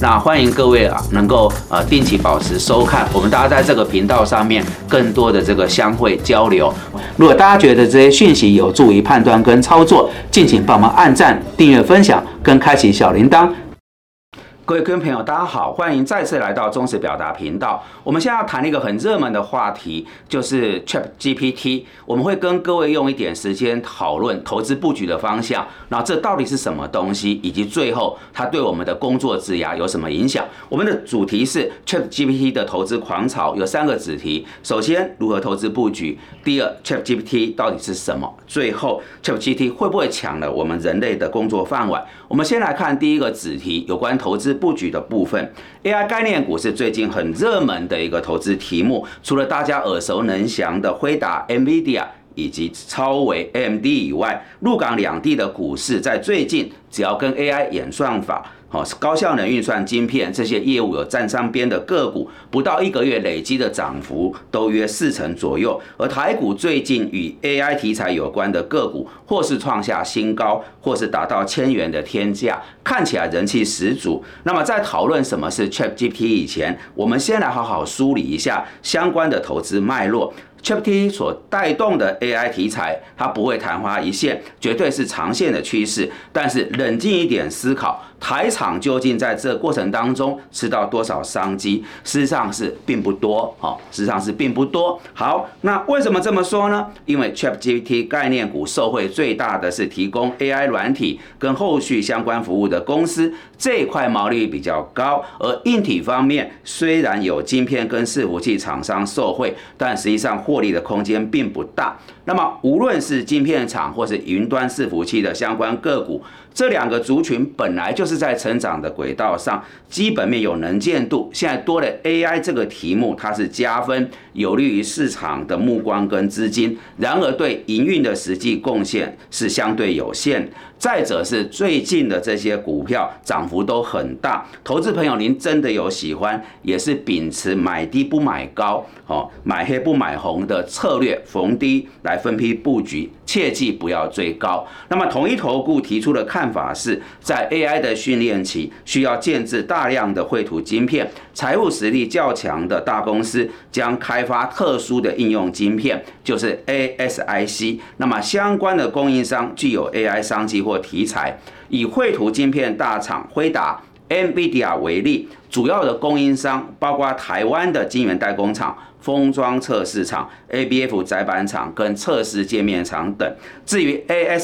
那欢迎各位能够定期保持收看，我们大家在这个频道上面更多的这个相会交流。如果大家觉得这些讯息有助于判断跟操作，敬请帮忙按赞、订阅、分享跟开启小铃铛。各位观众朋友，大家好，欢迎再次来到中时表达频道。我们现在要谈一个很热门的话题，就是 ChatGPT。我们会跟各位用一点时间讨论投资布局的方向，然后这到底是什么东西，以及最后它对我们的工作职涯有什么影响。我们的主题是 ChatGPT 的投资狂潮，有3个子题。首先，如何投资布局；第二 ，ChatGPT 到底是什么；最后 ，ChatGPT 会不会抢了我们人类的工作饭碗？我们先来看第一个子题，有关投资布局的部分。AI 概念股是最近很热门的一个投资题目，除了大家耳熟能详的辉达、NVIDIA 以及超微 AMD 以外，陆港两地的股市在最近只要跟 AI 演算法、高效能运算晶片这些业务有沾上边的个股，不到1个月累积的涨幅都约40%左右。而台股最近与 AI 题材有关的个股，或是创下新高，或是达到1000元的天价，看起来人气十足。那么在讨论什么是 ChatGPT 以前，我们先来好好梳理一下相关的投资脉络。ChatGPT 所带动的 AI 题材，它不会昙花一现，绝对是长线的趋势。但是冷静一点思考，台厂究竟在这过程当中吃到多少商机？事实上是并不多，好，那为什么这么说呢？因为 ChatGPT 概念股受惠最大的是提供 AI 软体跟后续相关服务的公司，这一块毛利率比较高。而硬体方面，虽然有晶片跟伺服器厂商受惠，但实际上获利的空间并不大。那么无论是晶片厂或是云端伺服器的相关个股，这2个族群本来就是在成长的轨道上，基本面有能见度。现在多了 AI 这个题目，它是加分，有利于市场的目光跟资金。然而对营运的实际贡献是相对有限。再者是最近的这些股票涨幅都很大，投资朋友您真的有喜欢，也是秉持买低不买高，买黑不买红的策略，逢低来分批布局，切记不要追高。那么统一投顾提出的看法是，在 AI 的训练期需要建置大量的绘图晶片，财务实力较强的大公司将开发特殊的应用晶片，就是 ASIC。那么相关的供应商具有 AI 商机或题材。以绘图晶片大厂辉达、NVIDIA 为例，主要的供应商包括台湾的晶圆代工厂、封装测试厂、ABF 载板厂跟测试界面厂等。至于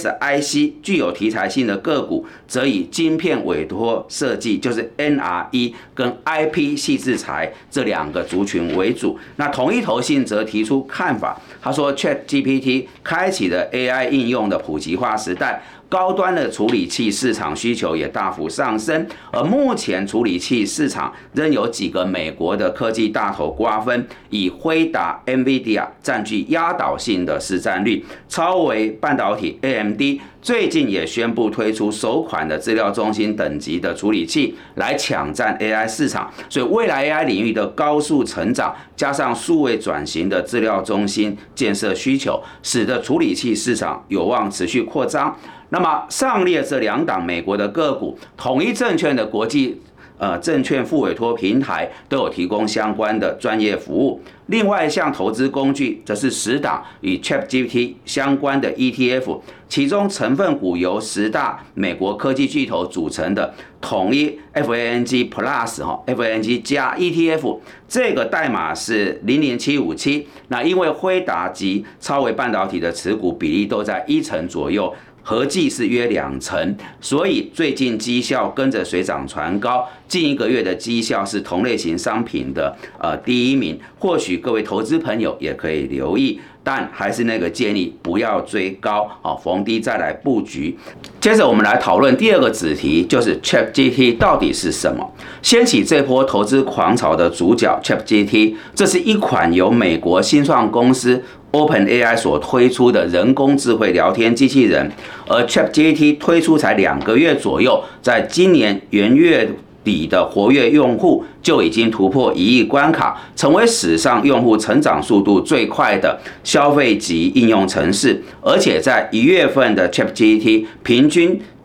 ASIC 具有题材性的个股，则以晶片委托设计，就是 NRE 跟 IP 矽智财这2个族群为主。那统一投信则提出看法，他说 ChatGPT 开启了 AI 应用的普及化时代，高端的处理器市场需求也大幅上升，而目前处理器市场仍有几个美国的科技大头瓜分，以辉达、NVIDIA 占据压倒性的市占率。超微半导体 AMD 最近也宣布推出首款的资料中心等级的处理器来抢占 AI 市场。所以未来 AI 领域的高速成长，加上数位转型的资料中心建设需求，使得处理器市场有望持续扩张。那么上列这2档美国的个股，统一证券的国际证券副委托平台都有提供相关的专业服务。另外一项投资工具则是10档与 ChatGPT 相关的 ETF， 其中成分股由10大美国科技巨头组成的统一 FANG Plus、FANG 加 ETF， 这个代码是00757。那因为辉达及超微半导体的持股比例都在1成左右，合计是约2成，所以最近绩效跟着水涨船高，近1个月的绩效是同类型商品的第1名。或许各位投资朋友也可以留意，但还是那个建议，不要追高，逢低再来布局。接着我们来讨论第2个子题，就是 ChatGPT 到底是什么？掀起这波投资狂潮的主角 ChatGPT， 这是一款由美国新创公司OpenAI 所推出的人工智慧聊天机器人，而 ChatGPT 推出才2个月左右，在今年元月底的活跃用户就已经突破1亿关卡，成为史上用户成长速度最快的消费级应用程式。而且在1月份的 ChatGPT 平均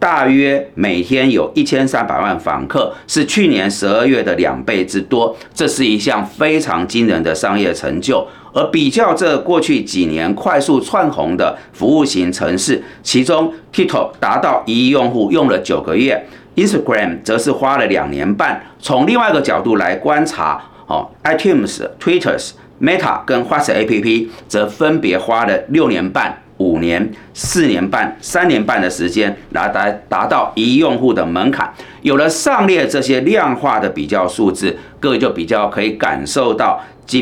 大约每天有1300万访客，是去年12月的2倍之多，这是一项非常惊人的商业成就。而比较这过去几年快速窜红的服务型程式，其中 TikTok 达到1亿用户用了9个月， Instagram 则是花了2年半。从另外一个角度来观察，iTunes、Twitter、Meta 跟 WhatsApp APP 则分别花了6年半、5年、4年半、3年半的时间来达到1亿用户的门槛。有了上列这些量化的比较数字，各位就比较可以感受到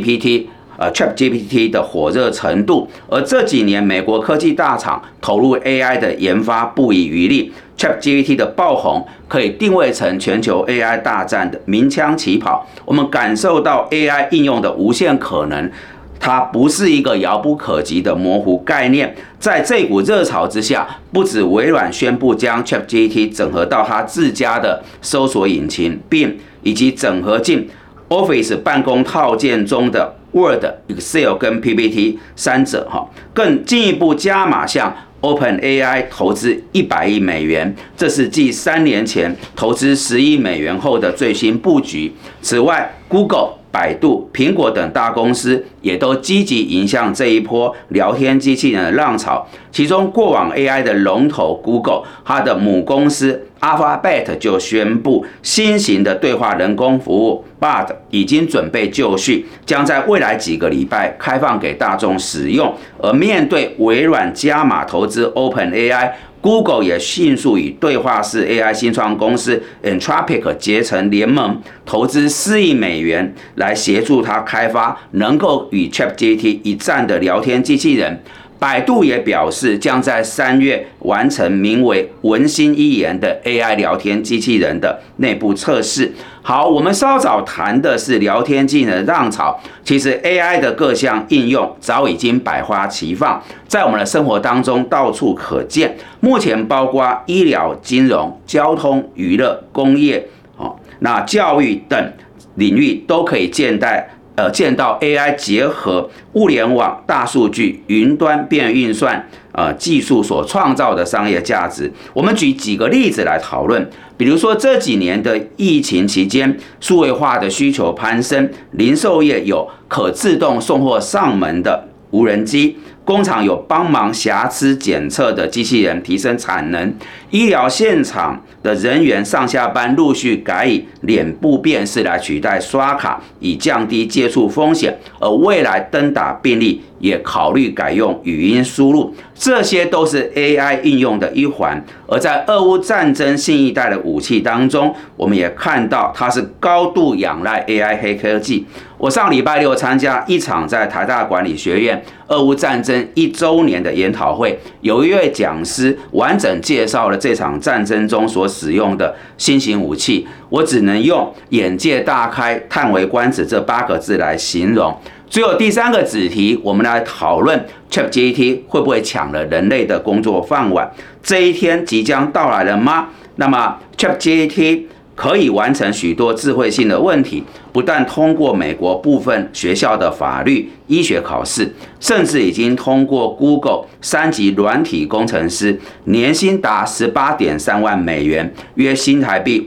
ChatGPT 的火热程度。而这几年美国科技大厂投入 AI 的研发不遗余力， ChatGPT 的爆红可以定位成全球 AI 大战的鸣枪起跑。我们感受到 AI 应用的无限可能，它不是一个遥不可及的模糊概念。在这股热潮之下，不止微软宣布将 ChatGPT 整合到它自家的搜索引擎 Bing， 以及整合进 Office 办公套件中的 Word、Excel 跟 PPT 三者，更进一步加码向 OpenAI 投资100亿美元，这是继3年前投资10亿美元后的最新布局。此外 ，Google、百度、苹果等大公司也都积极迎向这一波聊天机器人的浪潮。其中，过往 AI 的龙头 Google， 它的母公司 Alphabet 就宣布，新型的对话人工服务 Bard 已经准备就绪，将在未来几个礼拜开放给大众使用。而面对微软加码投资 OpenAI，Google 也迅速与对话式 AI 新创公司 Anthropic 结成联盟，投资4亿美元来协助它开发能够与 ChatGPT 一战的聊天机器人。百度也表示，将在3月完成名为文心一言的 AI 聊天机器人的内部测试。好，我们稍早谈的是聊天机器人的浪潮，其实 AI 的各项应用早已经百花齐放，在我们的生活当中到处可见。目前包括医疗、金融、交通、娱乐、工业、那教育等领域都可以见到 AI 结合物联网、大数据、云端边缘运算技术所创造的商业价值。我们举几个例子来讨论，比如说这几年的疫情期间，数位化的需求攀升，零售业有可自动送货上门的无人机，工厂有帮忙瑕疵检测的机器人提升产能，医疗现场的人员上下班陆续改以脸部辨识来取代刷卡，以降低接触风险。而未来登打病历也考虑改用语音输入，这些都是 AI 应用的一环。而在俄乌战争新一代的武器当中，我们也看到它是高度仰赖 AI 黑科技。我上礼拜六参加一场在台大管理学院俄乌战争1周年的研讨会，有一位讲师完整介绍了这场战争中所使用的新型武器，我只能用眼界大开、叹为观止这8个字来形容。最后第3个子题，我们来讨论 ChatGPT 会不会抢了人类的工作饭碗？这一天即将到来了吗？那么 ChatGPT 可以完成许多智慧性的问题，不但通过美国部分学校的法律、医学考试，甚至已经通过 Google 3级软体工程师，年薪达18.3万美元，约新台币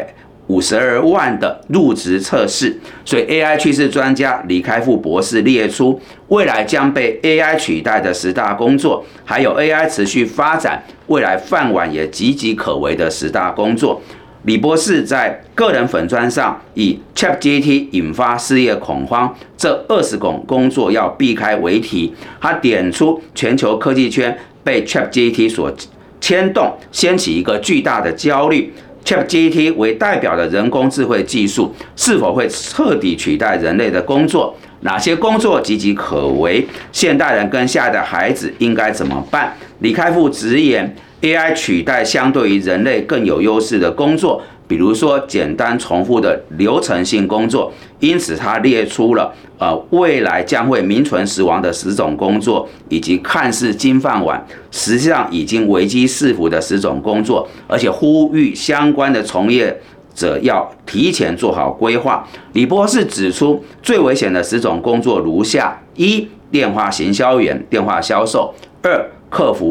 552万的入职测试。所以 AI 趋势专家李开复博士列出未来将被 AI 取代的10大工作，还有 AI 持续发展未来饭碗也岌岌可危的10大工作。李博士在个人粉专上以 ChatGPT 引发失业恐慌，这20种工作要避开为题，他点出全球科技圈被 ChatGPT 所牵动，掀起一个巨大的焦虑。ChatGPT 为代表的人工智慧技术是否会彻底取代人类的工作？哪些工作岌岌可危？现代人跟下一代孩子应该怎么办？李开复直言， AI 取代相对于人类更有优势的工作，比如说简单重复的流程性工作。因此他列出了未来将会名存实亡的10种工作，以及看似金饭碗实际上已经危机四伏的10种工作，而且呼吁相关的从业者要提前做好规划。李博士指出，最危险的10种工作如下：1、电话行销员、电话销售；2、客服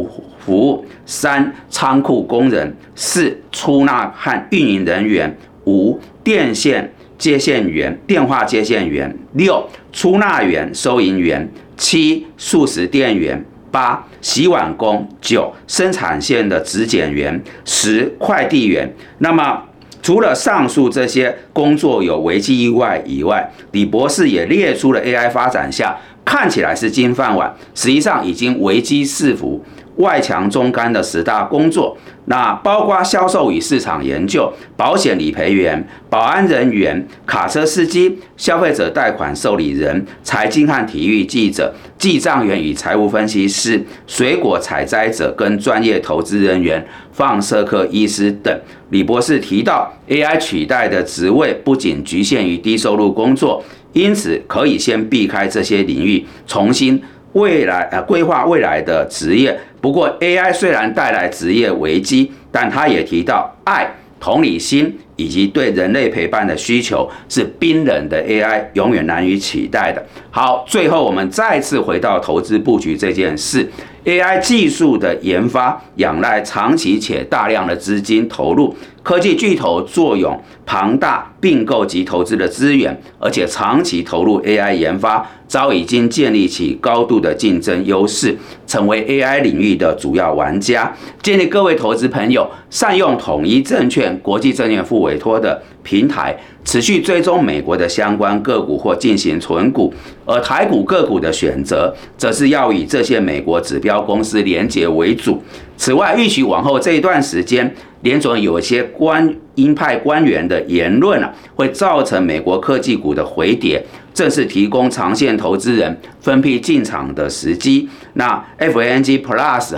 服务；3、仓库工人；4、出纳和运营人员；5、电线接线员、电话接线员；6、出纳员、收银员；7、速食店员；8、洗碗工；9、生产线的质检员；10、快递员。那么除了上述这些工作有危机以外，李博士也列出了 AI 发展下看起来是金饭碗，实际上已经危机四伏、外强中干的10大工作。那包括销售与市场研究、保险理赔员、保安人员、卡车司机、消费者贷款受理人、财经和体育记者、记账员与财务分析师、水果采摘者跟专业投资人员、放射科医师等。李博士提到 ，AI 取代的职位不仅局限于低收入工作，因此可以先避开这些领域，重新规划未来的职业。不过 AI 虽然带来职业危机，但他也提到爱、同理心以及对人类陪伴的需求是冰冷的 AI 永远难以取代的。好，最后我们再次回到投资布局这件事。AI 技术的研发仰赖长期且大量的资金投入，科技巨头坐拥庞大并购及投资的资源，而且长期投入 AI 研发，早已经建立起高度的竞争优势，成为 AI 领域的主要玩家。建议各位投资朋友善用统一证券国际证券副委托的平台，持续追踪美国的相关个股或进行存股，而台股个股的选择，则是要以这些美国指标公司连结为主。此外，预期往后这一段时间，联准有些鹰派官员的言论会造成美国科技股的回跌，正是提供长线投资人分批进场的时机。那 FANG Plus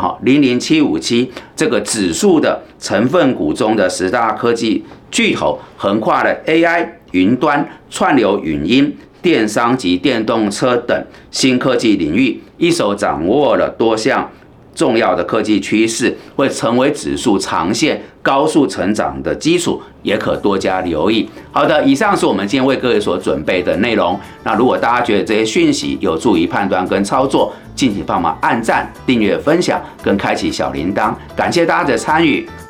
00757这个指数的成分股中的10大科技巨头，横跨了 AI、云端、串流语音、电商及电动车等新科技领域，一手掌握了多项重要的科技趋势，会成为指数长线高速成长的基础，也可多加留意。好的，以上是我们今天为各位所准备的内容。那如果大家觉得这些讯息有助于判断跟操作，敬请帮忙按赞、订阅、分享跟开启小铃铛，感谢大家的参与。